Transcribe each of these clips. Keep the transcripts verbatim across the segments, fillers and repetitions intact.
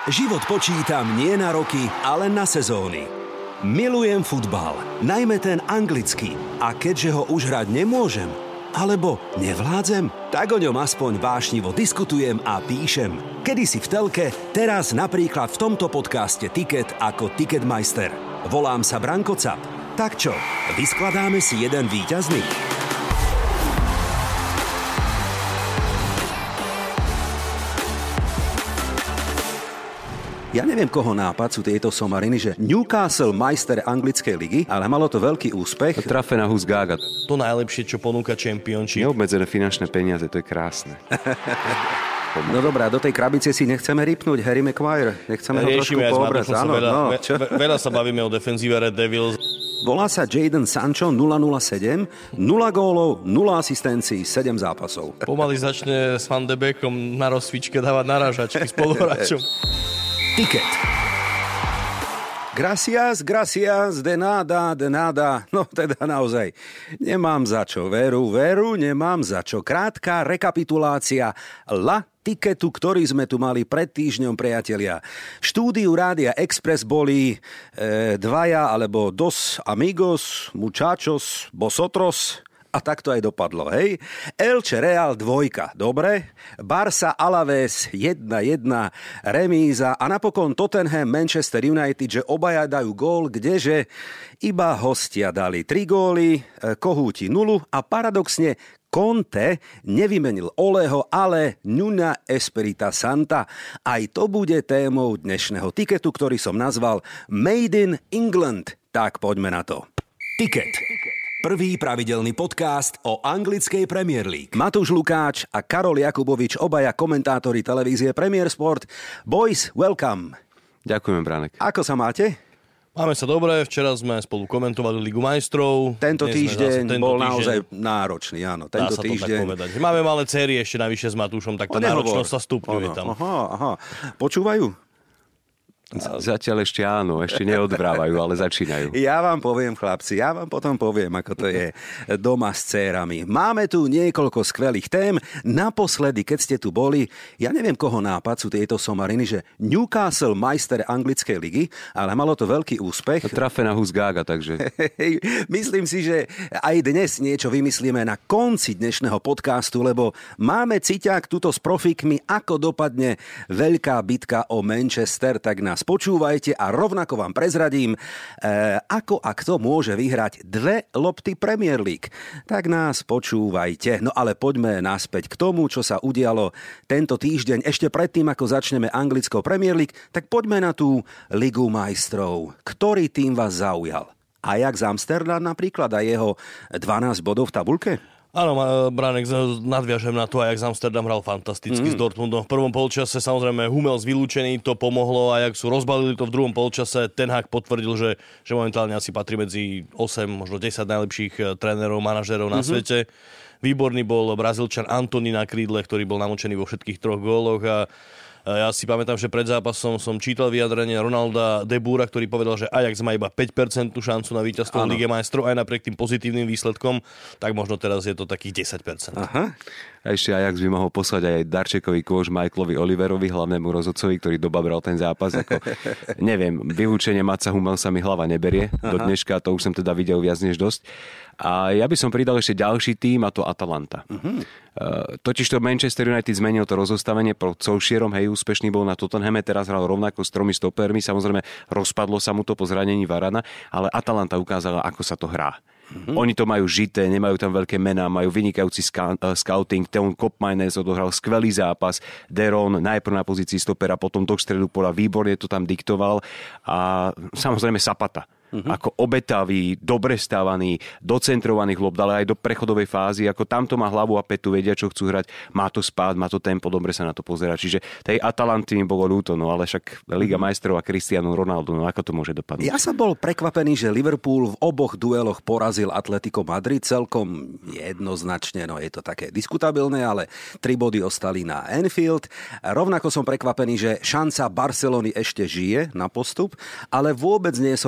Život počítam nie na roky, ale na sezóny. Milujem futbal, najmä ten anglický. A keďže ho už hrať nemôžem, alebo nevládzem, tak o ňom aspoň vášnivo diskutujem a píšem. Kedysi v telke, teraz napríklad v tomto podcaste Ticket ako Ticketmeister. Volám sa Branko Cap. Tak čo, vyskladáme si jeden víťazný? Ja neviem, koho nápad sú tieto somariny, že Newcastle majster anglickej ligy, ale malo to veľký úspech. Trafená Husgaga. To najlepšie, čo ponúka Championship. Neobmedzené finančné peniaze, to je krásne. No dobrá, do tej krabice si nechceme ripnúť Harry Maguire. Nechceme ho trošku poobrať. Áno, veľa, no, ve, veľa sa bavíme o defenzíve Red Devils. Volá sa Jadon Sancho nula nula sedem, nula gólov, nula asistencií, sedem zápasov. Pomaly začne s Van de Beekom na rozcvičke dávať narážačky spoluhráčom. Ticket. Gracias, gracias, de nada, de nada. No teda naozaj, nemám za čo. Veru, veru, nemám za čo. Krátka rekapitulácia La Ticketu, ktorý sme tu mali pred týždňom, priatelia. V štúdiu Rádia Express boli e, dvaja, alebo dos amigos, muchachos, vosotros. A tak to aj dopadlo, hej? Elche Real dvojka, dobre? Barca Alaves jedna jedna, remíza a napokon Tottenham Manchester United, že obaja dajú gól, kdeže iba hostia dali tri góly, Kohúti nulu a paradoxne Conte nevymenil Oleho, ale Nuno Espirito Santa. Aj to bude témou dnešného tiketu, ktorý som nazval Made in England. Tak poďme na to. Ticket. Prvý pravidelný podcast o anglickej Premier League. Matúš Lukáč a Karol Jakubovič, obaja komentátori televízie Premier Sport. Boys, welcome. Ďakujem, Branek. Ako sa máte? Máme sa dobre, včera sme spolu komentovali Ligu majstrov. Tento týždeň zase, tento bol týždeň, naozaj náročný, áno. Tento dá sa týždeň... to tak povedať. Máme malé série ešte navyše s Matúšom, tak tá náročnosť sa stupňuje tam. Aha, aha. Počúvajú? Zatiaľ ešte áno, ešte neodvrávajú, ale začínajú. Ja vám poviem, chlapci, ja vám potom poviem, ako to je doma s dcérami. Máme tu niekoľko skvelých tém. Naposledy, keď ste tu boli, ja neviem, koho nápad sú tieto somariny, že Newcastle majster anglickej ligy, ale malo to veľký úspech. Trafená Husgaga, takže... Myslím si, že aj dnes niečo vymyslíme na konci dnešného podcastu, lebo máme ciťák tuto s profíkmi, ako dopadne veľká bitka o Manchester, tak na počúvajte a rovnako vám prezradím, e, ako a kto môže vyhrať dve lopty Premier League. Tak nás počúvajte. No ale poďme naspäť k tomu, čo sa udialo tento týždeň. Ešte predtým, ako začneme anglickou Premier League, tak poďme na tú Ligu majstrov. Ktorý tým vás zaujal? Ajax Amsterdam napríklad a jeho dvanásť bodov v tabuľke? Áno, Branek, nadviažem na to, Ajax Amsterdam hral fantasticky mm. s Dortmundom. V prvom polčase samozrejme Hummels vylúčený, to pomohlo, Ajaxu rozbalili to v druhom polčase. Ten Hag potvrdil, že, že momentálne asi patrí medzi osem, možno desať najlepších trénerov, manažérov na mm-hmm. svete. Výborný bol Brazílčan Antony na krídle, ktorý bol namočený vo všetkých troch góloch a ja si pamätám, že pred zápasom som čítal vyjadrenie Ronalda De Boera, ktorý povedal, že Ajax má iba päť percent šancu na víťazstvo v Lige majstrov aj napriek tým pozitívnym výsledkom, tak možno teraz je to takých desať percent. Aha. A ešte Ajax by mohol poslať aj darčekový kôž Michaelovi Oliverovi, hlavnému rozhodcovi, ktorý dobabral ten zápas. Ako, neviem, vylúčenie Matsa Hummelsa mi hlava neberie. Aha. Do dneška to už som teda videl viac než dosť. A ja by som pridal ešte ďalší tým, a to Atalanta. Uh-huh. Uh, totižto Manchester United zmenil to rozostavenie pod Solskjaerom, hej, úspešný bol na Tottenhame, teraz hral rovnako s tromi stopermi, samozrejme rozpadlo sa mu to po zranení Varana, ale Atalanta ukázala, ako sa to hrá. Mm-hmm. Oni to majú žité, nemajú tam veľké mená, majú vynikajúci ska- uh, scouting. Teon Koopmeiners odohral skvelý zápas, Deron najprv na pozícii stopera, potom do stredu pola, výborne to tam diktoval a samozrejme Zapata. Uh-huh. Ako obetavý, dobre stávaný, docentrovaných lob, ale aj do prechodovej fázy, ako tamto má hlavu a petu, vedia, čo chcú hrať, má to spád, má to tempo, dobre sa na to pozerá. Čiže tej Atalanty mi bolo ľúto, no ale však Liga majstrov a Cristiano Ronaldo, no ako to môže dopadnúť? Ja som bol prekvapený, že Liverpool v oboch dueloch porazil Atletico Madrid celkom jednoznačne, no je to také diskutabilné, ale tri body ostali na Anfield. Rovnako som prekvapený, že šanca Barcelony ešte žije na postup, ale vôbec nie som prekvapený,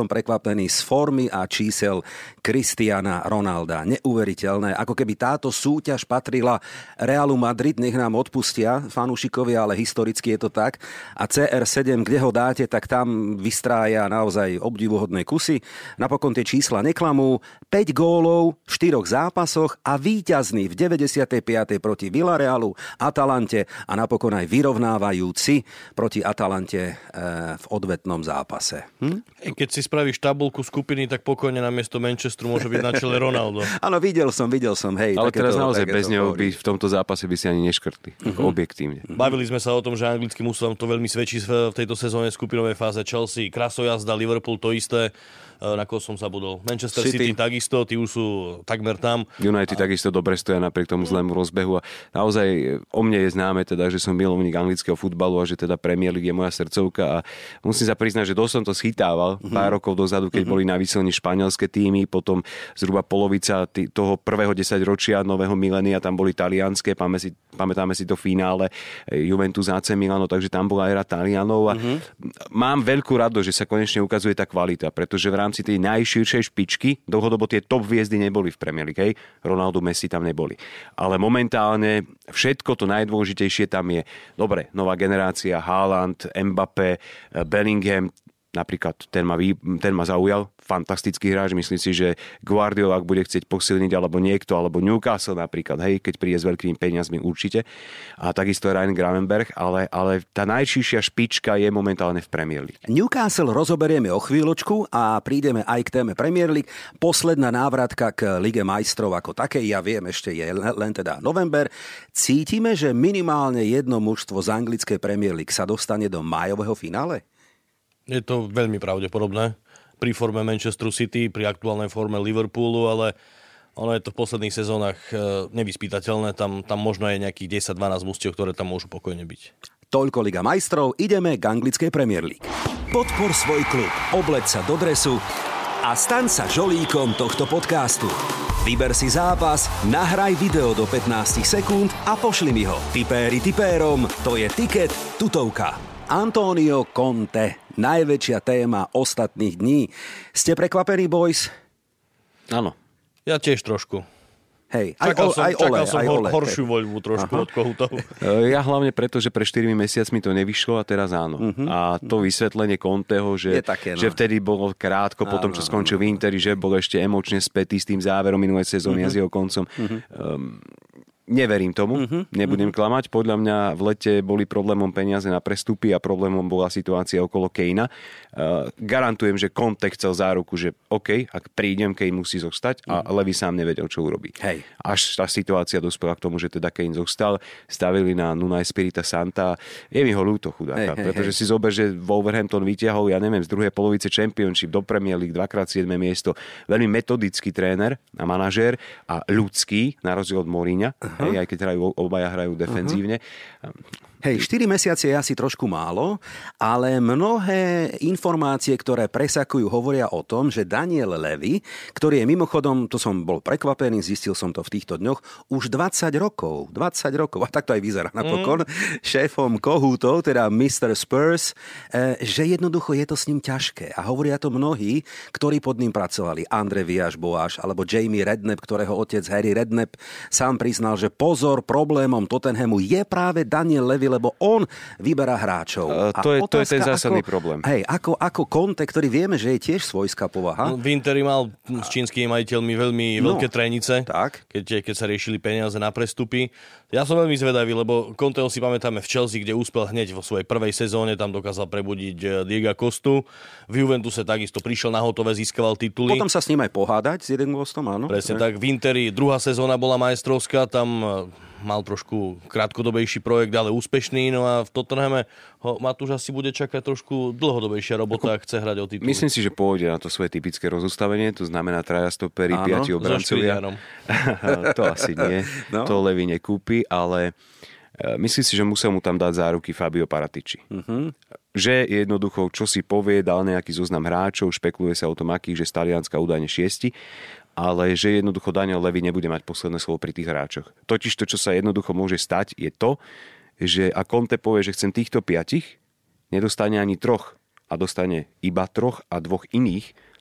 prekvapený z formy a čísel Cristiana Ronalda. Neuveriteľné, ako keby táto súťaž patrila Realu Madrid, nech nám odpustia fanúšikovia, ale historicky je to tak. A cé er sedem, kde ho dáte, tak tam vystrája naozaj obdivuhodné kusy. Napokon tie čísla neklamú. päť gólov v štyroch zápasoch a víťazný v deväťdesiatej piatej proti Villarealu, Atalante a napokon aj vyrovnávajúci proti Atalante e, v odvetnom zápase. Hm? Keď si spravíš tabulku skupiny, tak pokojne namiesto Manchesteru môže byť na čele Ronaldo. Áno, videl som, videl som, hej. Ale teraz to, naozaj bez neho by hovorí. v tomto zápase by si ani neškrtli. Uh-huh. Objektívne. Uh-huh. Bavili sme sa o tom, že anglický mužstvo to veľmi svedčí v tejto sezóne skupinovej fáze. Chelsea, krasojazda, Liverpool to isté. Na koho som zabudol. Manchester City. City takisto, tí už sú takmer tam. United a... takisto dobre stoja napriek tomu zlému rozbehu. A naozaj o mne je známe, teda, že som milovník anglického futbalu a že teda Premier League je moja srdcovka. A musím sa priznať, že dosť som to schytával mm-hmm. pár rokov dozadu, keď mm-hmm. boli na vysielni španielské týmy, potom zhruba polovica tý, toho prvého desaťročia nového milénia tam boli talianské, pamätáme si, pamätáme si to finále Juventus á cé Milano, takže tam bola éra Talianov a mm-hmm. mám veľkú radosť, že sa konečne ukazuje tá kvalita, pretože v rámci tej najširšej špičky dlhodobo tie top hviezdy neboli v Premier League, hej? Ronaldo, Messi tam neboli. Ale momentálne všetko to najdôležitejšie tam je. Dobre, nová generácia, Haaland, Mbappé, Bellingham, napríklad ten ma, vý, ten ma zaujal, fantastický hráč, myslím si, že Guardiola, ak bude chcieť posilniť, alebo niekto, alebo Newcastle napríklad, hej, keď príde s veľkými peniazmi určite. A takisto Ryan Gravenberch, ale, ale tá najčíšia špička je momentálne v Premier League. Newcastle rozoberieme o chvíľočku a prídeme aj k téme Premier League. Posledná návratka k Lige majstrov ako takej, ja viem, ešte je len teda november. Cítime, že minimálne jedno mužstvo z anglickej Premier League sa dostane do májového finále? Je to veľmi pravdepodobné. Pri forme Manchesteru City, pri aktuálnej forme Liverpoolu, ale ono je to v posledných sezónach nevyspytateľné. Tam, tam možno je nejakých desať dvanásť mužstiev, ktoré tam môžu pokojne byť. Toľko Liga majstrov, ideme k anglickej Premier League. Podpor svoj klub, obleď sa do dresu a staň sa žolíkom tohto podcastu. Vyber si zápas, nahraj video do pätnásť sekúnd a pošli mi ho. Tipéri tipérom, to je tiket tutovka. Antonio Conte, najväčšia téma ostatných dní. Ste prekvapení, boys? Áno. Ja tiež trošku. Hej, aj, čakal o, som, aj čakal ole, som aj hor, ole. horšiu voľbu trošku Aha. od Kohutov. Ja hlavne preto, že pre štyrmi mesiacmi to nevyšlo a teraz áno. Uh-huh. A to vysvetlenie Conteho, že, také, no. že vtedy bolo krátko, áno, potom čo skončil v Interi, že bol ešte emočne spätý s tým záverom minulej sezóny uh-huh. a s jeho koncom. Uh-huh. Um, Neverím tomu, uh-huh, nebudem uh-huh. klamať. Podľa mňa v lete boli problémom peniaze na prestupy a problémom bola situácia okolo Kanea. Uh, garantujem, že Conte chcel záruku, že OK, ak prídem, Kane musí zostať a uh-huh. Levy sám nevedel, čo urobí. Hej. Až tá situácia dospela k tomu, že teda Kane zostal, stavili na Nuno Espirita Santa. Je mi ho ľúto, chudáka, hey, pretože hey. si zober, že Wolverhampton vyťahol, ja neviem, z druhej polovice Championship do Premier League dvakrát siedme miesto. Veľmi metodický tréner a manažér a ľudský, na rozdiel od Mourinha. Hej, aj keď hrajú, obaja hrajú defenzívne. Uh-huh. Hej, štyri mesiace je asi trošku málo, ale mnohé informácie, ktoré presakujú, hovoria o tom, že Daniel Levy, ktorý je mimochodom, to som bol prekvapený, zistil som to v týchto dňoch, už dvadsať rokov, dvadsať rokov, a tak to aj vyzerá napokon, mm. šéfom Kohútov, teda mister Spurs, že jednoducho je to s ním ťažké. A hovoria to mnohí, ktorí pod ním pracovali. Andre Villas-Boas alebo Jamie Redknapp, ktorého otec Harry Redknapp sám priznal, že pozor, problémom Tottenhamu je práve Daniel Levy, lebo on vyberá hráčov. Uh, to, je, to je ten zásadný ako, problém. Hej, ako, ako Conte, ktorý vieme, že je tiež svojská povaha. No, v Interi mal s čínskymi majiteľmi veľmi no, veľké trénice, tak. Keď, keď sa riešili peniaze na prestupy. Ja som veľmi zvedavý, lebo Conteho si pamätáme v Chelsea, kde úspel hneď vo svojej prvej sezóne, tam dokázal prebudiť Diega Costu. V Juventuse takisto prišiel na hotové, získaval tituly. Potom sa s ním aj pohádať s jeden Gostom, áno. Presne tak. V Interi druhá sezóna bola majstrovská, tam mal trošku krátkodobejší projekt, ale úspešný. No a v Tottenhame ho Matúš asi bude čakať trošku dlhodobejšia robota, ak chce hrať o titul. Myslím si, že pôjde na to svoje typické rozostavenie, to znamená traja stopery, piati obrancovia. To asi nie, no. To Levy nekúpi, ale myslím si, že musel mu tam dať záruky Fabio Paratici. Uh-huh. Že jednoducho, čo si povie, dal nejaký zoznam hráčov, špekuluje sa o tom akých, že z Talianska údajne šiesti, ale že jednoducho Daniel Levy nebude mať posledné slovo pri tých hráčoch. Totiž to, čo sa jednoducho môže stať, je to, že a Conte povie, že chcem týchto piatich, nedostane ani troch a dostane iba troch a dvoch iných,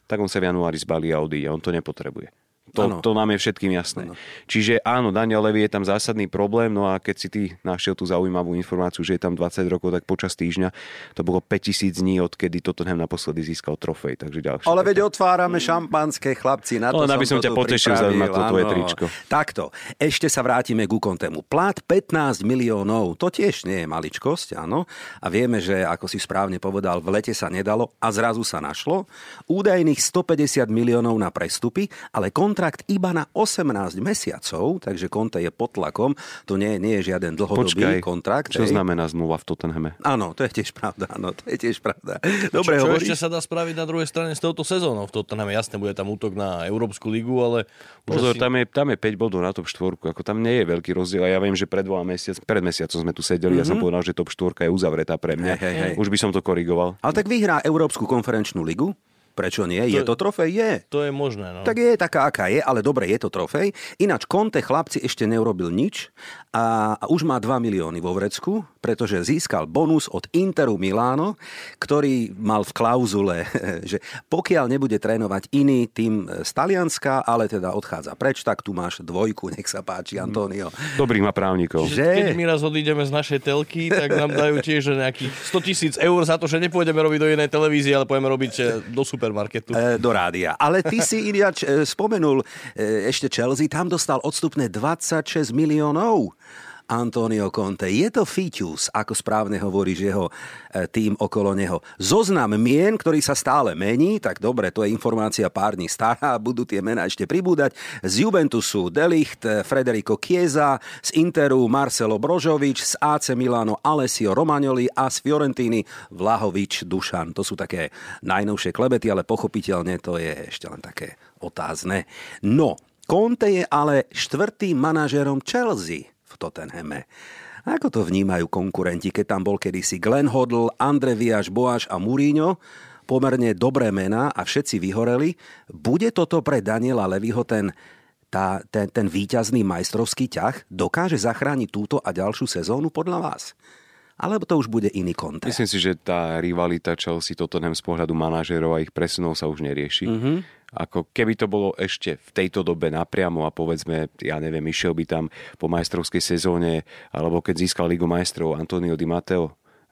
tak on sa v januári zbalí a odíde. On to nepotrebuje. To, to nám je všetkým jasné. Ano. Čiže áno, Daniel Levy je tam zásadný problém, no a keď si ty našiel tú zaujímavú informáciu, že je tam dvadsať rokov, tak počas týždňa to bolo päťtisíc dní, odkedy Tottenham naposledy získal trofej. Takže ďalšie. Ale veď otvárame šampanské, chlapci, na to no, som aby som to ťa potešil na to tvoje tričko. Takto, ešte sa vrátime ku Contému. Plat pätnásť miliónov, to tiež nie je maličkosť, áno. A vieme, že ako si správne povedal, v lete sa nedalo a zrazu sa našlo. Údajných stopäťdesiat miliónov na prestupy, ale kontrakt iba na osemnásť mesiacov, takže Conte je pod tlakom. To nie, nie je žiaden dlhodobý Počkaj, kontrakt. Čo hej. znamená zmluva v Tottenhame? Áno, to je tiež pravda. Áno, to je tiež pravda. Dobre, čo, čo hovoríš? ešte sa dá spraviť na druhej strane s touto sezónou v Tottenhame? Jasne, bude tam útok na Európsku ligu, ale... Pozor, si... tam, je, tam je päť bodov na top štvorku. Ako tam nie je veľký rozdiel. A ja viem, že pred dvoma mesiac, pred mesiacom sme tu sedeli. Mm-hmm. Ja som povedal, že top štvorka je uzavretá pre mňa. Hej, hej, hej. Už by som to korigoval. Ale tak vyhrá Európsku konferenčnú ligu. Prečo nie? To, je to trofej? Je. To je možné, no. Tak je taká, aká je, ale dobre, je to trofej. Ináč Conte, chlapci, ešte neurobil nič a, a už má dva milióny vo vrecku, pretože získal bonus od Interu Miláno, ktorý mal v klauzule, že pokiaľ nebude trénovať iný tým z Talianska, ale teda odchádza preč, tak tu máš dvojku, nech sa páči, Antonio. Dobrý má právnikov. Že... Keď my raz odídeme z našej telky, tak nám dajú tiež nejakých sto tisíc eur za to, že nepôjdeme robiť do inej televízie, ale pôjdeme robiť do super marketu. E, do rádia. Ale ty si ináč e, spomenul e, ešte Chelsea, tam dostal odstupné dvadsaťšesť miliónov. Antonio Conte. Je to fiťus, ako správne hovoríš jeho e, tým okolo neho. Zoznam mien, ktorý sa stále mení, tak dobre, to je informácia pár dní stará, budú tie mená ešte pribúdať. Z Juventusu De Ligt, Federico Chiesa, z Interu Marcelo Brozovič, z á cé Milano Alessio Romagnoli a z Fiorentíny Vlahovič Dušan. To sú také najnovšie klebety, ale pochopiteľne to je ešte len také otázne. No, Conte je ale štvrtým manažérom Chelsea v Tottenhame. Ako to vnímajú konkurenti, keď tam bol kedysi Glenn Hoddle, Andre Viaš, Boáš a Mourinho, pomerne dobré mená a všetci vyhoreli. Bude toto pre Daniela Levyho ten, tá, ten, ten víťazný majstrovský ťah? Dokáže zachrániť túto a ďalšiu sezónu podľa vás? Alebo to už bude iný Conte? Myslím si, že tá rivalita Chelsea Tottenham z pohľadu manažérov a ich presunov sa už nerieši. Mm-hmm. Ako keby to bolo ešte v tejto dobe napriamo a povedzme, ja neviem, išiel by tam po majstrovskej sezóne, alebo keď získal Ligu majstrov Antonio Di Matteo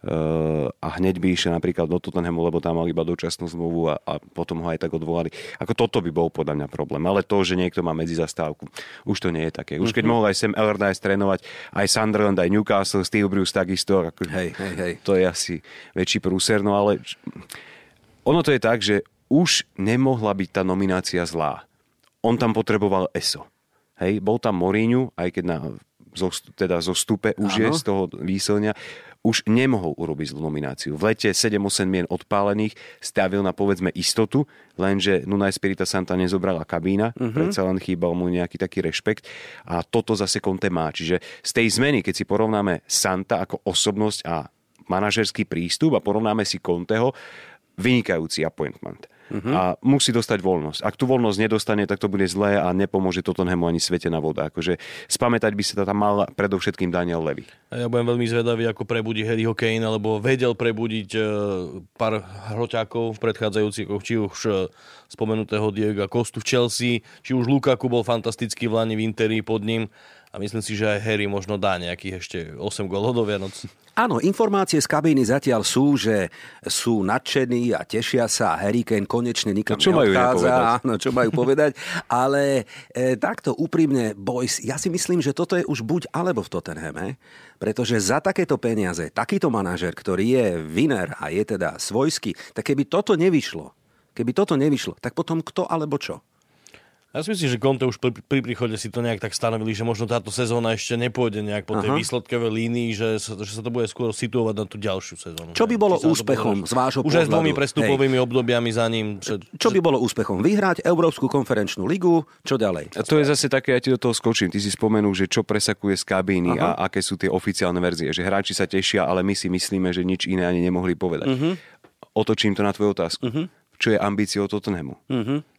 uh, a hneď by išiel napríklad do Tottenhamu, lebo tam mal iba dočasnú zmluvu a, a potom ho aj tak odvolali. Ako toto by bol podľa mňa problém. Ale to, že niekto má medzizastávku, už to nie je také. Už keď mm-hmm. mohol aj Sam Allardyce trénovať, aj Sunderland, aj Newcastle, Steve Bruce takisto, ako, hej, hej, hej. to je asi väčší prúser, no ale ono to je tak, že už nemohla byť tá nominácia zlá. On tam potreboval es o. Hej, bol tam Mourinho, aj keď na teda zo stupe už je z toho výselňa, už nemohol urobiť zlú nomináciu. V lete sedem osem mien odpálených stavil na povedzme istotu, lenže Nuno Espirito Santa nezobrala kabína, mm-hmm. predsa len chýbal mu nejaký taký rešpekt a toto zase Conte má. Čiže z tej zmeny, keď si porovnáme Santa ako osobnosť a manažerský prístup a porovnáme si Conteho, vynikajúci appointment. Uh-huh. A musí dostať voľnosť. Ak tú voľnosť nedostane, tak to bude zlé a nepomôže Tottenhamu ani svetená voda. Akože spamätať by sa tam mal predovšetkým Daniel Levy. A ja budem veľmi zvedavý, ako prebudí Harryho Kane, alebo vedel prebudiť pár hroťákov v predchádzajúcich, či už spomenutého Diega Costu v Chelsea, či už Lukaku bol fantastický v Lani v Interi pod ním. A myslím si, že aj Harry možno dá nejakých ešte osem gólov do Vianoc. Áno, informácie z kabíny zatiaľ sú, že sú nadšení a tešia sa a Harry Kane konečne nikam čo neodchádza. Majú áno, čo majú povedať. Ale e, takto úprimne, boys, ja si myslím, že toto je už buď alebo v Tottenhame, pretože za takéto peniaze, takýto manažer, ktorý je winner a je teda svojský, tak keby toto nevyšlo, keby toto nevyšlo, tak potom kto alebo čo? Ja si myslím, že Conte už pri, pri príchode si to nejak tak stanovili, že možno táto sezóna ešte nepôjde nejak po tej Aha. výsledkovej línii, že sa, že sa to bude skôr situovať na tú ďalšiu sezónu. Čo by bolo úspechom z vášho pohľadu? Už aj s dvomi prestupovými Hej. obdobiami za ním. Že, čo by bolo úspechom? Vyhrať Európsku konferenčnú ligu? Čo ďalej? A to je zase také, ja ti do toho skočím. Ty si spomenul, že čo presakuje z kabíny Aha. a aké sú tie oficiálne verzie. Že hráči sa tešia, ale my si myslíme, že nič iné ani nemohli povedať. Uh-huh. Otočím to na tvoju otázku. Uh-huh. Čo je ambíciou Tottenhamu? Uh-huh.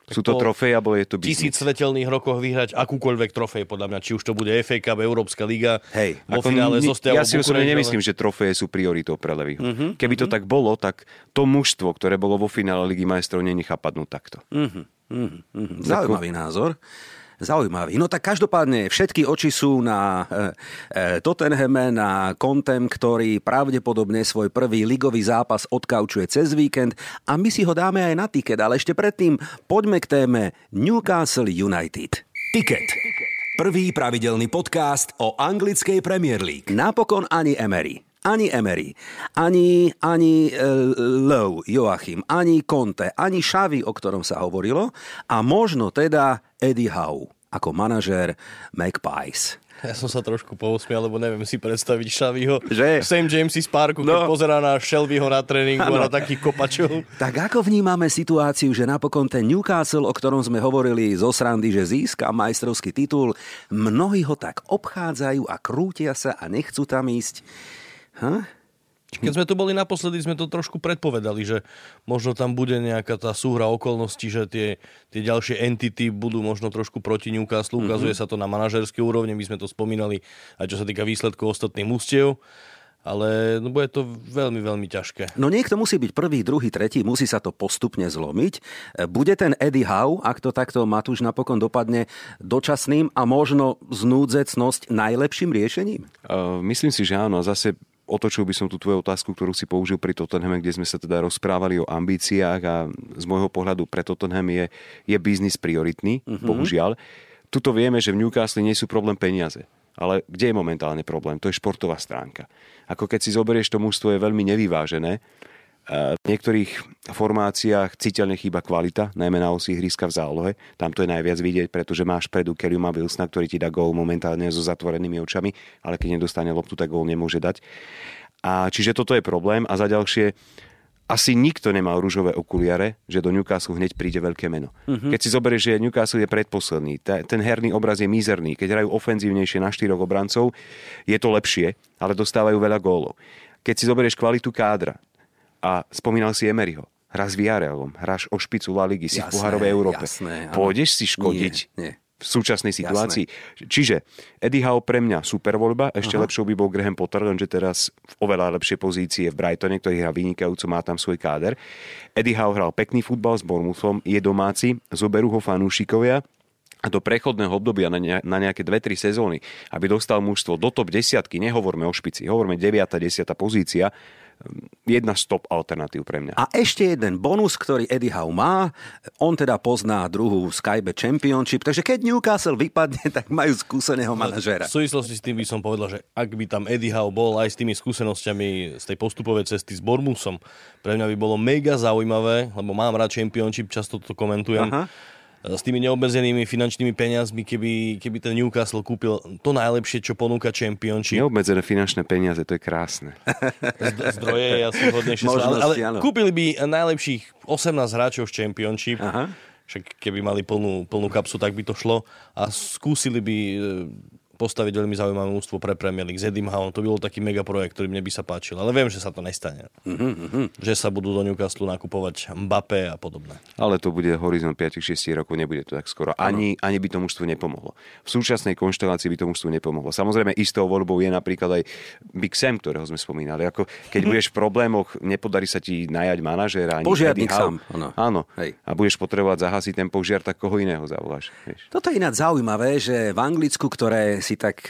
Sú to trofej, alebo je to biznis? Tisíc svetelných rokoch vyhrať akúkoľvek trofej, podľa mňa. Či už to bude ef á Cup, Európska liga, Hej, vo finále ni- zostalo Ja si osobne nemyslím, že trofeje sú prioritou pre Levyho. Uh-huh, Keby uh-huh. to tak bolo, tak to mužstvo, ktoré bolo vo finále Ligy majstrov, nenechá padnúť takto. Uh-huh, uh-huh, uh-huh. Zaujímavý názor. Zaujímavý. No tak každopádne všetky oči sú na e, e, Tottenhame, na Contem, ktorý pravdepodobne svoj prvý ligový zápas odkaučuje cez víkend a my si ho dáme aj na tiket, ale ešte predtým poďme k téme Newcastle United. Tiket. Prvý pravidelný podcast o anglickej Premier League. Napokon ani Emery. Ani Emery, ani, ani e, Lowe, Joachim, ani Conte, ani Xavi, o ktorom sa hovorilo a možno teda Eddie Howe ako manažér Magpies. Ja som sa trošku pousmial, lebo neviem si predstaviť Xaviho Že? v Saint James's Parku, keď No. pozerá na Shelbyho na tréningu a na takých kopačov. Tak ako vnímame situáciu, že napokon ten Newcastle, o ktorom sme hovorili zo srandy, že získa majstrovský titul, mnohí ho tak obchádzajú a krútia sa a nechcú tam ísť. Ha? Keď sme tu boli naposledy, sme to trošku predpovedali, že možno tam bude nejaká tá súhra okolností, že tie, tie ďalšie entity budú možno trošku proti Newcastle. Mm-hmm. Ukazuje sa to na manažerskej úrovni, my sme to spomínali aj čo sa týka výsledkov ostatných mústiev. Ale no, bude to veľmi, veľmi ťažké. No niekto musí byť prvý, druhý, tretí, musí sa to postupne zlomiť. Bude ten Eddie Howe, ak to takto Matúš napokon dopadne, dočasným a možno znúdzecnosť najlepším riešením? Uh, myslím si, že áno. Zase otočil by som tú tvoju otázku, ktorú si použil pri Tottenhame, kde sme sa teda rozprávali o ambíciách a z môjho pohľadu pre Tottenham je, je biznis prioritný, mm-hmm. bohužiaľ. Tuto vieme, že v Newcastle nie sú problém peniaze. Ale kde je momentálne problém? To je športová stránka. Ako keď si zoberieš, to mužstvo je veľmi nevyvážené. V niektorých formáciách citeľne chýba kvalita, najmä na osi ihriska v zálohe. Tam to je najviac vidieť, pretože máš predu Kerryma Wilsona, ktorý ti dá gól momentálne so zatvorenými očami, ale keď nedostane loptu, tak gól nemôže dať. A čiže toto je problém. A za ďalšie, asi nikto nemal ružové okuliare, že do Newcastle hneď príde veľké meno. Uh-huh. Keď si zoberieš, že Newcastle je predposledný, ten herný obraz je mizerný. Keď hrajú ofenzívnejšie na štyroch obrancov, je to lepšie, ale dostávajú veľa gólov. Keď si zoberieš kvalitu kádra, a spomínal si Emeryho. Hra s Villarrealom, hráš o špicu La Ligy, si jasné, v pohárovej Európe. Jasné, pôjdeš si škodiť nie, nie. v súčasnej situácii. Jasné. Čiže Eddie Howe pre mňa super voľba, ešte Aha. lepšou by bol Graham Potter, lenže teraz v oveľa lepšej pozície v Brightone, ktorý hrá vynikajúco, má tam svoj káder. Eddie Howe hral pekný futbal s Bournemouthom, je domáci, zoberú ho fanúšikovia a do prechodného obdobia na, ne, na nejaké dve tri sezóny, aby dostal mužstvo do top desiatky, nehovorme o špici, hovorme deviata desiata pozícia, jedna z top alternatív pre mňa. A ešte jeden bonus, ktorý Eddie Howe má, on teda pozná druhú Sky Bet Championship, takže keď Newcastle vypadne, tak majú skúseného manažéra. V súvislosti s tým by som povedal, že ak by tam Eddie Howe bol aj s tými skúsenosťami z tej postupovej cesty s Bournemouthom, pre mňa by bolo mega zaujímavé, lebo mám rád Championship, často to komentujem. Aha. S tými neobmedzenými finančnými peniazmi, keby, keby ten Newcastle kúpil to najlepšie, čo ponúka Championship. Neobmedzené finančné peniaze, to je krásne. Zdroje, ja som hodnejšie ale, ale kúpili by najlepších osemnásť hráčov z Championship. Aha. Však keby mali plnú, plnú kapsu, tak by to šlo. A skúsili by postaviť veľmi zaujímavé mužstvo pre Premier League s Eddie Howe. To by bol taký mega projekt, ktorý mne by sa páčil. Ale viem, že sa to nestane. Mm-hmm. Že sa budú do Newcastle nakupovať Mbappé a podobné. Ale to bude horizont päť šesť rokov, nebude to tak skoro. Ani, ani by to mužstvo nepomohlo. V súčasnej konštelácii by to mužstvo nepomohlo. Samozrejme, istou voľbou je napríklad aj Big Sam, ktorého sme spomínali. Ako keď mm-hmm. budeš v problémoch, nepodarí sa ti najať manažéra. Požiarník sám. Áno. Hej. A budeš potrebovať zahasiť ten požiar, tak koho iného zavoláš. Vieš. Toto je ináč zaujímavé, že v Anglicku, ktoré si tak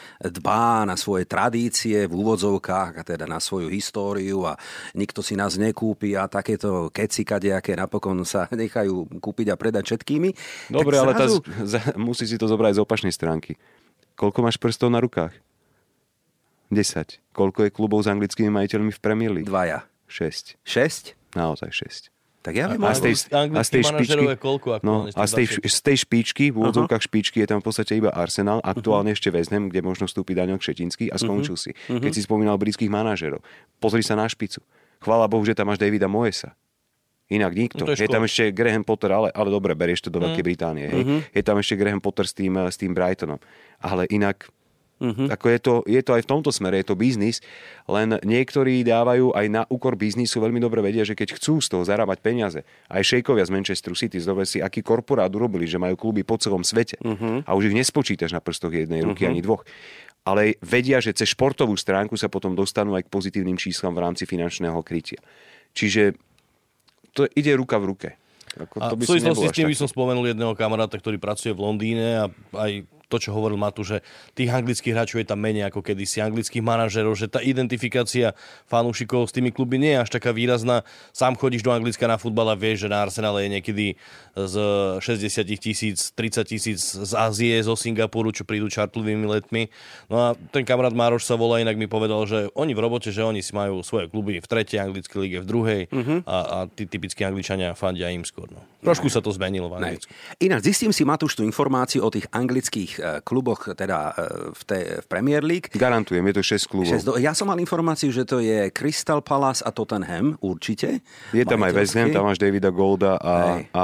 dbá na svoje tradície v úvodzovkách a teda na svoju históriu a nikto si nás nekúpi a takéto keci kadejaké napokon sa nechajú kúpiť a predať všetkými. Dobre, ale zrazu... tá, musí si to zobrať z opačnej stránky. Koľko máš prstov na rukách? desať. Koľko je klubov s anglickými majiteľmi v Premier League? Dvaja. šesť. šesť? Naozaj šesť. Tak ja viem, a, z tej, a z tej špičky, koľko, no, a z tej, z tej špičky, v úvodzovkách špičky je tam v podstate iba Arsenal, aktuálne uh-huh. ešte West Ham, kde možno vstúpi Daniel Kšetinský a skončil uh-huh. si. Uh-huh. Keď si spomínal britských manažerov, pozri sa na špicu. Chvála Bohu, že tam máš Davida Moyesa. Inak nikto. No je, je tam ešte Graham Potter, ale, ale dobre, berieš to do uh-huh. Veľkej Británie. Hej. Uh-huh. Je tam ešte Graham Potter s tým, s tým Brightonom. Ale inak Uh-huh. Ako je to, je to aj v tomto smere, je to biznis, len niektorí dávajú aj na úkor biznisu, veľmi dobre vedia, že keď chcú z toho zarábať peniaze, aj šejkovia z Manchesteru City, zober si, aký korporát urobili, že majú kluby po celom svete uh-huh. a už ich nespočítaš na prstoch jednej ruky uh-huh. ani dvoch. Ale vedia, že cez športovú stránku sa potom dostanú aj k pozitívnym číslam v rámci finančného krytia. Čiže to ide ruka v ruke. Ako, a to by v súvislosti s tým tak... by som spomenul jedného kamaráta, ktorý pracuje v Londýne a aj to, čo hovoril Matu, že tých anglických hráčov je tam menej ako kedysi, anglických manažerov, že tá identifikácia fanúšikov s tými kluby nie je až taká výrazná. Sám chodíš do Anglicka na futbal a vieš, že na Arsenale je niekedy z šesťdesiat tisíc, tridsať tisíc z Ázie, zo Singapuru, čo prídu čartlivými letmi. No a ten kamarát Mároš sa volá, inak mi povedal, že oni v robote, že oni si majú svoje kluby v tretej anglickej lige, v druhej uh-huh. a, a tí typickí Angličania fandia im skôr. No. Trošku sa to zmenilo v Anglicku. Ináč zistím si, Matúš, tú informáciu o tých anglických kluboch, teda v, tej, v Premier League. Garantujem, je to šesť klubov. šesť, ja som mal informáciu, že to je Crystal Palace a Tottenham, určite. Je tam aj West Ham, tam máš Davida Golda a, a, a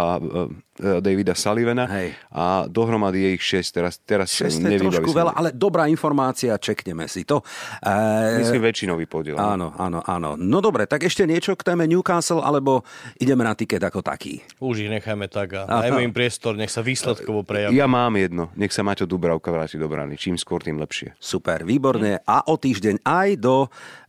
Davida Sullivana Hej. a dohromady je ich šesť. Teraz, teraz šesť je trošku veľa, ale dobrá informácia, čekneme si to. E... Myslím väčšinový podiel. Áno, áno, áno. No dobre, tak ešte niečo k téme Newcastle, alebo ideme na tiket ako taký? Už ich necháme tak a dajme im priestor, nech sa výsledkovo prejaví. Ja mám jedno, nech sa Maťo Dubravka vráti do brany. Čím skôr, tým lepšie. Super, výborné. A o týždeň aj do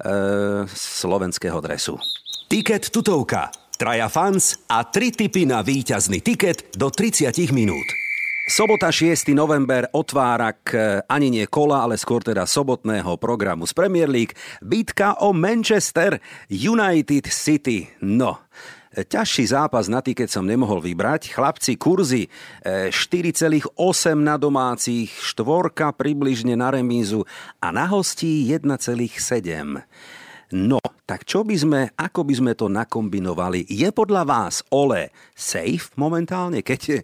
e, slovenského dresu. Tiket tutovka. Traja fans a tri tipy na víťazný tiket do tridsať minút. Sobota šiesteho november otvára k ani nie kola, ale skôr teda sobotného programu z Premier League bitka o Manchester United City. No, ťažší zápas na tiket som nemohol vybrať. Chlapci, kurzy štyri celé osem na domácich, štvorka približne na remízu a na hostí jeden celé sedem. No, tak čo by sme, ako by sme to nakombinovali? Je podľa vás Ole safe momentálne, keď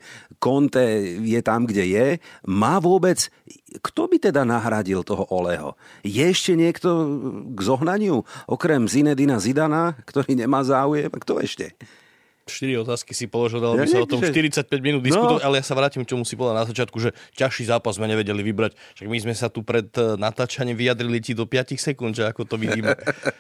Conte je tam, kde je? Má vôbec, kto by teda nahradil toho Oleho? Je ešte niekto k zohnaniu, okrem Zinedina Zidana, ktorý nemá záujem? Kto ešte? Štyri otázky si položil, dalo by sa o tom štyridsaťpäť minút diskutovať, no. Ale ja sa vrátim k čomu si povedal na začiatku, že ťažší zápas sme nevedeli vybrať. Však my sme sa tu pred natáčaním vyjadrili ti do päť sekúnd, že ako to vidíme.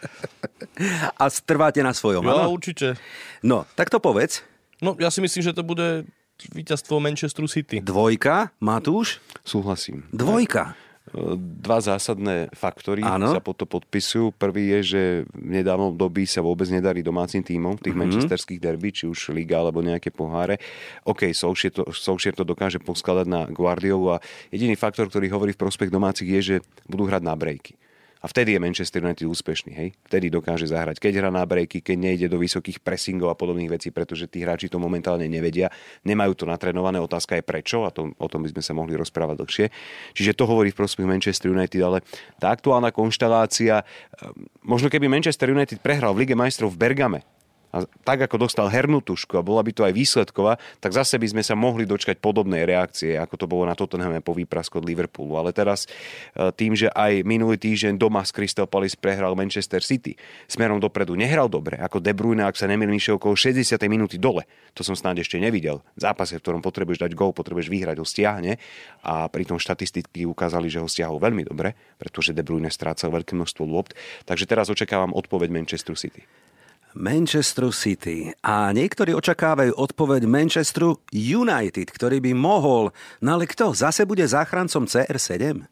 A trváte na svojom, áno? Ja, určite. No, tak to povedz. No, ja si myslím, že to bude víťazstvo Manchesteru City. Dvojka, Matúš? Súhlasím. Dvojka. Dva zásadné faktory Áno. sa pod to podpisujú. Prvý je, že v nedávnom dobi sa vôbec nedarí domácim tímom v tých mm-hmm. manchesterských derby, či už liga alebo nejaké poháre. OK, Solskjaer to, Solskjaer to dokáže poskladať na Guardiolu a jediný faktor, ktorý hovorí v prospech domácich je, že budú hrať na brejky. A vtedy je Manchester United úspešný, hej? Vtedy dokáže zahrať. Keď hrá na brejky, keď nejde do vysokých pressingov a podobných vecí, pretože tí hráči to momentálne nevedia, nemajú to natrénované. Otázka je prečo, a to, o tom by sme sa mohli rozprávať dlhšie. Čiže to hovorí v prospech Manchester United, ale tá aktuálna konštelácia, možno keby Manchester United prehral v Lige majstrov v Bergame, a tak ako dostal hernú tušku a bola by to aj výsledková, tak zase by sme sa mohli dočkať podobnej reakcie, ako to bolo na Tottenhame po výprasku od Liverpoolu. Ale teraz tým, že aj minulý týždeň doma z Crystal Palace prehral Manchester City, smerom dopredu nehral dobre, ako De Bruyne, ak sa nemýlim, išiel okolo šesťdesiatej minúty dole. To som snáď ešte nevidel. V zápase, v ktorom potrebuješ dať gól, potrebuješ vyhrať, ho stiahne a pritom štatistiky ukázali, že ho stiahol veľmi dobre, pretože De Bruyne strácal veľké množstvo lôpt. Takže teraz očakávam odpoveď Manchester City. Manchester City. A niektorí očakávajú odpoveď Manchesteru United, ktorý by mohol... No ale kto? Zase bude záchrancom cé er sedem?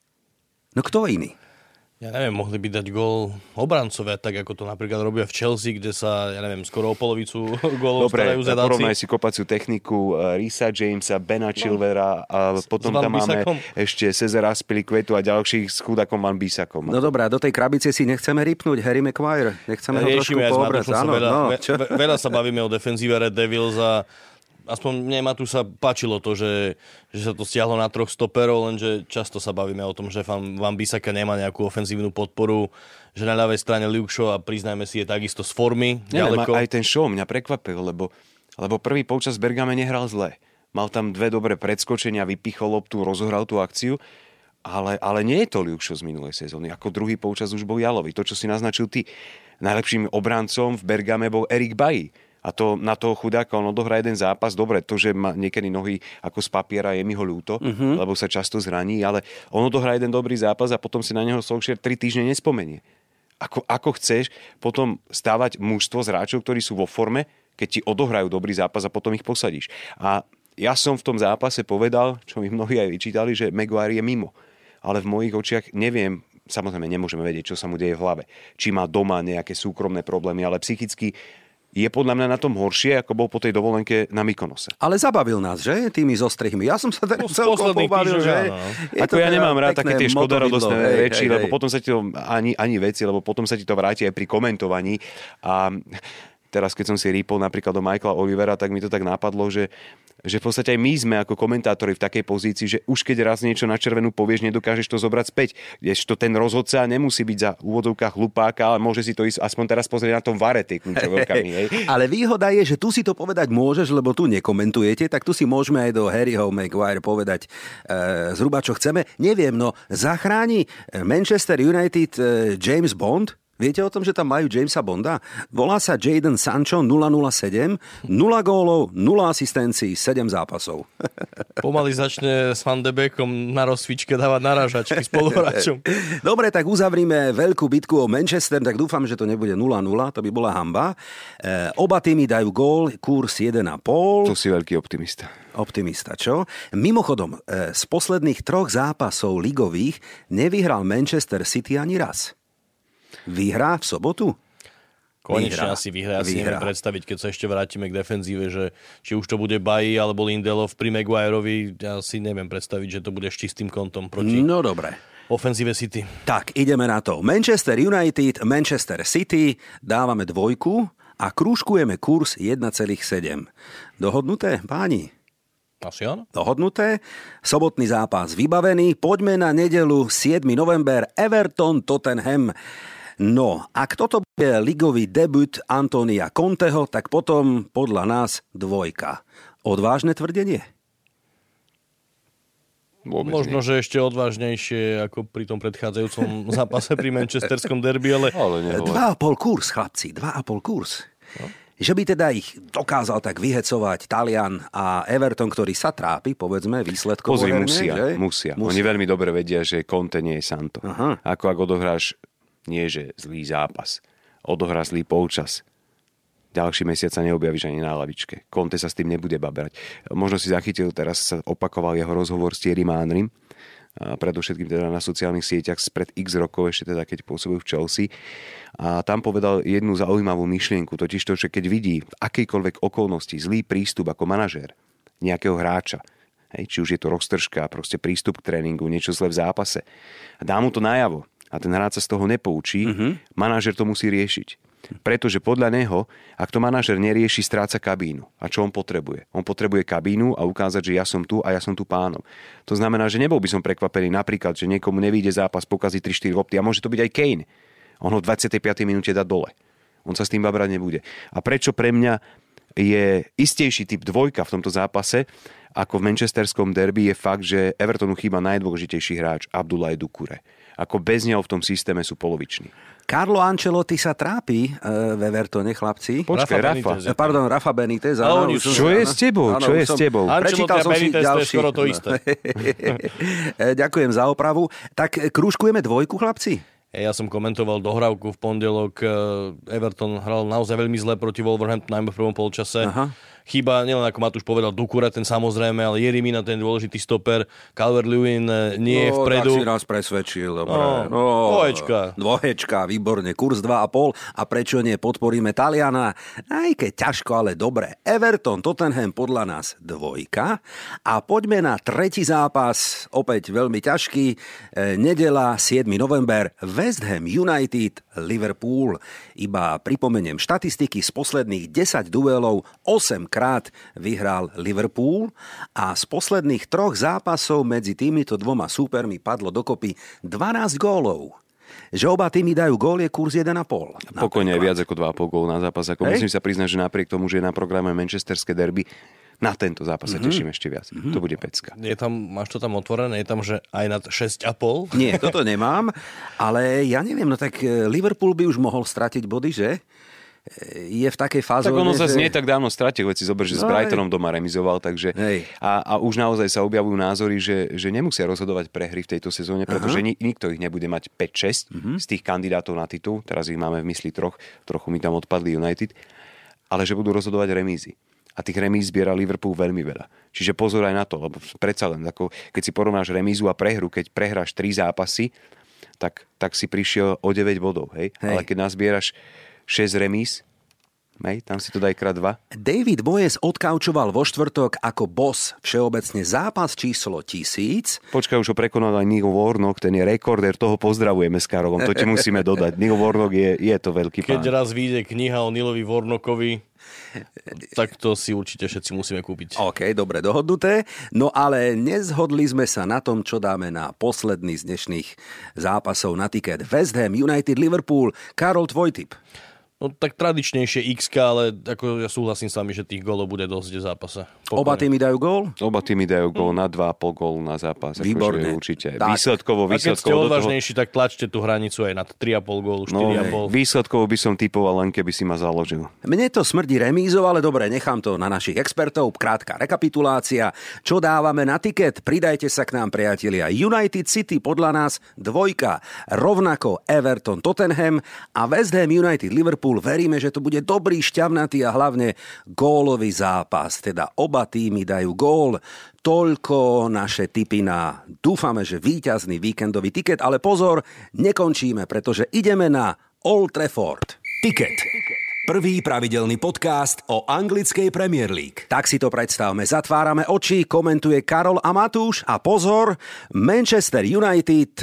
No kto iný? Ja neviem, mohli by dať gól obrancovia, tak ako to napríklad robia v Chelsea, kde sa, ja neviem, skoro o polovicu gólov starajú zadáci. Dobre, porovnaj si kopaciu techniku Risa Jamesa, Bena Chilvera a potom tam máme ešte Cezara Azpilicuetu a ďalších s chudakom Van Bissakom. No dobré, do tej krabice si nechceme ripnúť Harry Maguire. Nechceme ho trošku poobrať. Veľa, no, ve, veľa sa bavíme o defenzíve Red Devils a aspoň mne ma tu sa páčilo to, že, že sa to stiahlo na troch stoperov, lenže často sa bavíme o tom, že Van Bissaka nemá nejakú ofenzívnu podporu, že na ľavej strane Luke Shaw, a priznajme si, je takisto z formy. Neviem, ďaleko. Aj ten Shaw mňa prekvapil, lebo, lebo prvý polčas v Bergame nehral zle. Mal tam dve dobré predskočenia, vypichol loptu, rozohral tú akciu, ale, ale nie je to Luke Shaw z minulej sezóny. Ako druhý polčas už bol jalový. To, čo si naznačil ty. Najlepším obrancom v Bergame bol Eric Bailly. A to na toho chudáka on odohrá jeden zápas. Dobre, to, že má niekedy nohy ako z papiera, je mi ho ľúto, uh-huh. lebo sa často zraní, ale on odohrá jeden dobrý zápas a potom si na neho Solskjaer tri týždne nespomenie. Ako, ako chceš potom stávať mužstvo z hráčov, ktorí sú vo forme, keď ti odohrajú dobrý zápas a potom ich posadíš. A ja som v tom zápase povedal, čo mi mnohí aj vyčítali, že Maguire je mimo. Ale v mojich očiach neviem, samozrejme nemôžeme vedieť, čo sa mu deje v hlave. Či má doma nejaké súkromné problémy, ale psychicky je podľa mňa na tom horšie, ako bol po tej dovolenke na Mykonose. Ale zabavil nás, že? Tými zostrihmi. Ja som sa teraz celkom pobavil, že... Ako ja nemám rád také tie škodoradostné reči, lebo potom sa ti to ani, ani veci, lebo potom sa ti to vráti aj pri komentovaní. A teraz, keď som si rýpol napríklad do Michaela Olivera, tak mi to tak napadlo, že že v podstate aj my sme ako komentátori v takej pozícii, že už keď raz niečo na červenú povieš, nedokážeš to zobrať späť. Kdežto ten rozhodca nemusí byť za úvodzovkách hlupáka, ale môže si to ísť aspoň teraz pozrieť na tom vare tej kľúčovkami. Hej. Ale výhoda je, že tu si to povedať môžeš, lebo tu nekomentujete, tak tu si môžeme aj do Harryho Maguire povedať e, zhruba čo chceme. Neviem, no zachráni Manchester United e, James Bond? Viete o tom, že tam majú Jamesa Bonda? Volá sa Jadon Sancho nula nula sedem, nula gólov, nula asistencií, sedem zápasov. Pomaly začne s Van de Beekom na rozcvičke dávať narážačky spoluhráčom. Dobre, tak uzavrime veľkú bitku o Manchester, tak dúfam, že to nebude nula nula, to by bola hanba. E, oba týmy dajú gól, kurz jeden a pol. To si veľký optimista. Optimista, čo? Mimochodom, e, z posledných troch zápasov ligových nevyhral Manchester City ani raz. Vyhrá v sobotu? Konečne vyhrá. asi vyhrá. Ja si neviem predstaviť, keď sa ešte vrátime k defenzíve, že či už to bude Bailly alebo Lindelof pri Maguireovi, ja si neviem predstaviť, že to bude s čistým kontom proti no, dobre. ofenzíve City. Tak, ideme na to. Manchester United, Manchester City, dávame dvojku a krúžkujeme kurz jeden celá sedem. Dohodnuté, páni? Asi áno. Dohodnuté. Sobotný zápas vybavený. Poďme na nedeľu siedmy november. Everton Tottenham. No, ak toto bude ligový debut Antonia Conteho, tak potom podľa nás dvojka. Odvážne tvrdenie? Vôbec Možno, nie. Že ešte odvážnejšie ako pri tom predchádzajúcom zápase pri manchesterskom derby, ale... ale dva a pol kurz, chlapci. Dva a pol kurz. No. Že by teda ich dokázal tak vyhecovať Talian a Everton, ktorý sa trápi, povedzme, výsledkovo. Pozri, herne, musia, že? musia. musia. Oni veľmi dobre vedia, že Conte nie je Santo. Aha. Ako ak odohráš, nie že zlý zápas, odohráš zlý polčas, ďalší mesiac sa neobjavíš ani na lavičke. Conte sa s tým nebude babrať. Možno si zachytil, teraz sa opakoval jeho rozhovor s Thierry Henrym, a predovšetkým teda na sociálnych sieťach spred x rokov, ešte teda keď pôsobil v Chelsea. A tam povedal jednu zaujímavú myšlienku, totiž to, že keď vidí v akejkoľvek okolnosti zlý prístup ako manažér nejakého hráča, hej, či už je to roztržka, proste prístup k tréningu, niečo zle v zápase, a dá mu to najavo a ten hráč sa z toho nepoučí, mm-hmm. manažér to musí riešiť. Pretože podľa neho, ak to manažer nerieši, stráca kabínu. A čo on potrebuje? On potrebuje kabínu a ukázať, že ja som tu a ja som tu pánom. To znamená, že nebol by som prekvapený napríklad, že niekomu nevyjde zápas, pokazí tri štyri lopty a môže to byť aj Kane. On ho v dvadsiatej piatej minúte dá dole. On sa s tým babrať nebude. A prečo pre mňa je istejší typ dvojka v tomto zápase ako v manchesterskom derby, je fakt, že Evertonu chýba najdôležitejší hráč Abdoulaye Doucouré. Ako bez neho v tom systéme sú poloviční. Carlo Ancelotti sa trápi uh, v Evertone, chlapci. Počkaj, Rafa. Rafa. Pardon, Rafa Benitez. Áno, áno, čo je s tebou? Áno, čo je s tebou? Ancelotti a Benitez, to je skoro to isté. Ďakujem za opravu. Tak krúžkujeme dvojku, chlapci? Ja som komentoval dohrávku v pondelok. Everton hral naozaj veľmi zle proti Wolverhamptonu, najmä v prvom polčase. Aha. Chýba, nielen ako Matúš povedal, Doucouré, ten samozrejme, ale Jeremina, ten dôležitý stoper. Calvert-Lewin nie je no, vpredu. Tak si nás presvedčil. Dobre. No, no, dvoječka. Dvoječka, výborne. Kurz dva a pol. A prečo nie, podporíme Taliana? Aj keď ťažko, ale dobre. Everton, Tottenham podľa nás dvojka. A poďme na tretí zápas. Opäť veľmi ťažký. E, nedela, siedmy november. West Ham United, Liverpool. Iba pripomeniem štatistiky z posledných desať duelov, osem krát vyhral Liverpool a z posledných troch zápasov medzi týmito dvoma súpermi padlo dokopy dvanásť gólov. Že oba týmy dajú gól, je kurz jeden a pol. Pokojne aj viac ako dva a pol gól na zápas. Ako musím sa priznať, že napriek tomu, že je na programe manchesterské derby, na tento zápas sa mm-hmm. teším ešte viac. Mm-hmm. To bude pecka. Je tam, máš to tam otvorené? Je tam, že aj nad šesť a pol? Nie, toto nemám, ale ja neviem, no tak Liverpool by už mohol stratiť body, že? je v takej fáze. Tak ono zase že... nie tak dávno stratil, veď si zober, že s No, Brightonom doma remizoval, takže a, a už naozaj sa objavujú názory, že, že nemusia rozhodovať prehry v tejto sezóne, pretože ni, nikto ich nebude mať päť šesť uh-huh. z tých kandidátov na titul, teraz ich máme v mysli troch, trochu mi tam odpadli United, ale že budú rozhodovať remízy. A tých remíz zbiera Liverpool veľmi veľa. Čiže pozor aj na to, lebo predsa len, ako keď si porovnáš remízu a prehru, keď prehráš tri zápasy, tak, tak si prišiel o deväť bodov, hej? hej. Ale keď nazbieraš šesť remíz, hej, tam si to daj krát dva. David Moyes odkaučoval vo štvrtok ako boss všeobecne zápas číslo tisíc. Počkaj, už ho prekonal aj Neil Warnock, ten je rekorder, toho pozdravujeme s Karolom, to ti musíme dodať. Neil Warnock je, je to veľký pán. Keď raz vyjde kniha o Neilovi Warnockovi, tak to si určite všetci musíme kúpiť. OK, dobre dohodnuté. No ale nezhodli sme sa na tom, čo dáme na posledný z dnešných zápasov na tiket. West Ham, United, Liverpool. Karol, tvoj tip? No tak tradičnejšie X, ale ako ja súhlasím s vami, že tých gólov bude dosť v zápase. Pokojne. Oba týmy dajú gól? Oba týmy dajú gól na dva a pol gólu na zápas. Výborné. Akože určite. Tak. Výsledkovo, výsledkovo. A keď ste odvážnejší, toho... tak tlačte tú hranicu aj na tri a pol gólu, štyri a pol. No, výsledkovo by som typoval len, keby si ma založil. Mne to smrdí remízou, ale dobre, nechám to na našich expertov. Krátka rekapitulácia. Čo dávame na tiket? Pridajte sa k nám, priatelia. United City podľa nás dvojka. Rovnako Everton Tottenham a West Ham United Liverpool. Veríme, že to bude dobrý, šťavnatý a hlavne gólový zápas. Teda oba týmy dajú gól. Toľko naše tipy na, dúfame, že víťazný víkendový tiket. Ale pozor, nekončíme, pretože ideme na Old Trafford. Tiket. Prvý pravidelný podcast o anglickej Premier League. Tak si to predstavme. Zatvárame oči, komentuje Karol a Matúš. A pozor, Manchester United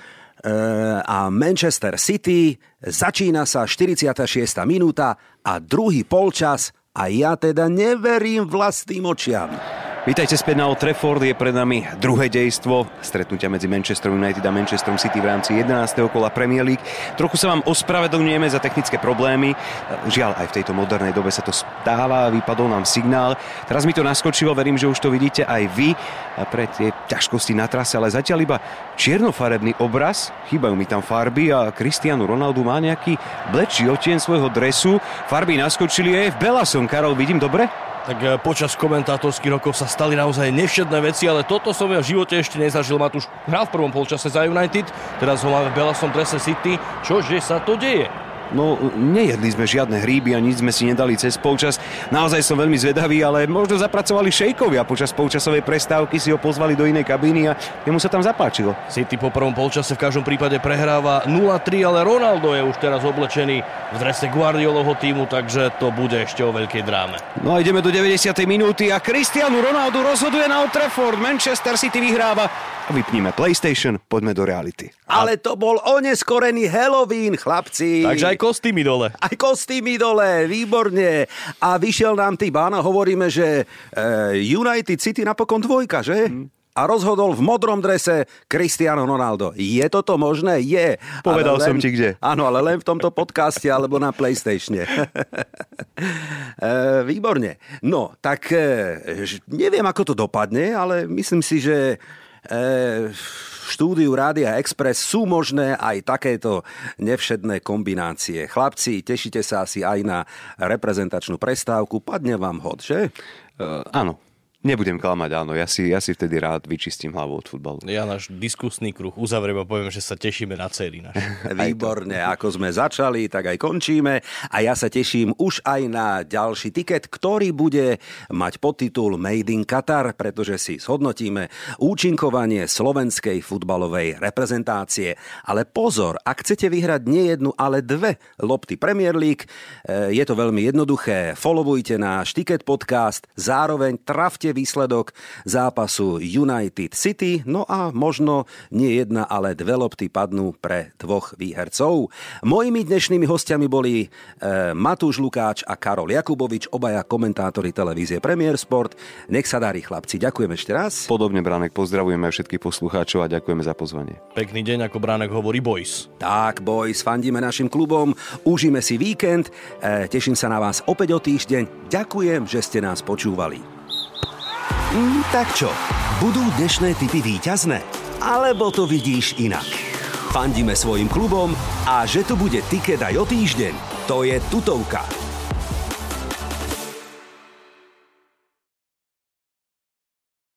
a Manchester City, začína sa štyridsiata šiesta minúta a druhý polčas a ja teda neverím vlastným očiam. Vítajte späť na Old Trafford, je pred nami druhé dejstvo stretnutia medzi Manchester United a Manchesterom City v rámci jedenásteho kola Premier League. Trochu sa vám ospravedlňujeme za technické problémy. Žiaľ, aj v tejto modernej dobe sa to stáva, vypadol nám signál. Teraz mi to naskočilo, verím, že už to vidíte aj vy pre tie ťažkosti na trase, ale zatiaľ iba čiernofarebný obraz, chýbajú mi tam farby a Cristiano Ronaldo má nejaký blečí odtieň svojho dresu. Farby naskočili aj v belasom. Karol, vidím dobre? Tak počas komentátorských rokov sa stali naozaj nevšetné veci, ale toto som ja v živote ešte nezažil. Matúš hral v prvom polčase za United, teraz ho máme v belasom drese City. Čože sa to deje? No, nejedli sme žiadne hríby a nič sme si nedali cez polčas. Naozaj som veľmi zvedavý, ale možno zapracovali šejkovia. Počas polčasovej prestávky si ho pozvali do inej kabíny a jemu sa tam zapáčilo. City po prvom polčase v každom prípade prehráva nula tri, ale Ronaldo je už teraz oblečený v drese Guardiolovho týmu, takže to bude ešte o veľkej dráme. No a ideme do deväťdesiatej minúty a Cristiano Ronaldo rozhoduje na Old Trafford. Manchester City vyhráva. Vypníme PlayStation, poďme do reality. Ale to bol oneskorený Halloween, chlapci. Takže aj kostýmy dole. Aj kostýmy dole, výborne. A vyšiel nám tým, áno, hovoríme, že United City napokon dvojka, že? Hmm. A rozhodol v modrom drese Cristiano Ronaldo. Je toto možné? Je. Povedal len, som ti kde. Áno, ale len v tomto podcaste alebo na PlayStatione. Výborne. No, tak neviem, ako to dopadne, ale myslím si, že v štúdiu Rádia Express sú možné aj takéto nevšedné kombinácie. Chlapci, tešíte sa asi aj na reprezentačnú prestávku. Padne vám hod, že? Uh, áno. Nebudem klamať, áno. Ja si, ja si vtedy rád vyčistím hlavu od futbalu. Ja náš diskusný kruh uzavriem a poviem, že sa tešíme na céry naše. Výborne. Ako sme začali, tak aj končíme. A ja sa teším už aj na ďalší tiket, ktorý bude mať podtitul Made in Qatar, pretože si zhodnotíme účinkovanie slovenskej futbalovej reprezentácie. Ale pozor, ak chcete vyhrať nie jednu, ale dve lopty Premier League, je to veľmi jednoduché. Followujte náš Ticket podcast, zároveň trafte výsledok zápasu United City, no a možno nie jedna, ale dve lopty padnú pre dvoch výhercov. Mojimi dnešnými hostiami boli e, Matúš Lukáč a Karol Jakubovič, obaja komentátori televízie Premier Sport. Nech sa darí, chlapci. Ďakujem ešte raz. Podobne, Bránek, pozdravujeme všetkých poslucháčov a ďakujeme za pozvanie. Pekný deň, ako Bránek hovorí, boys. Tak, boys, fandíme našim klubom, užíme si víkend, e, teším sa na vás opäť o týždeň. Ďakujem, že ste nás počúvali. Mm, tak čo, budú dnešné tipy víťazné? Alebo to vidíš inak? Fandíme svojim klubom a že tu bude tiket aj o týždeň. To je tutovka.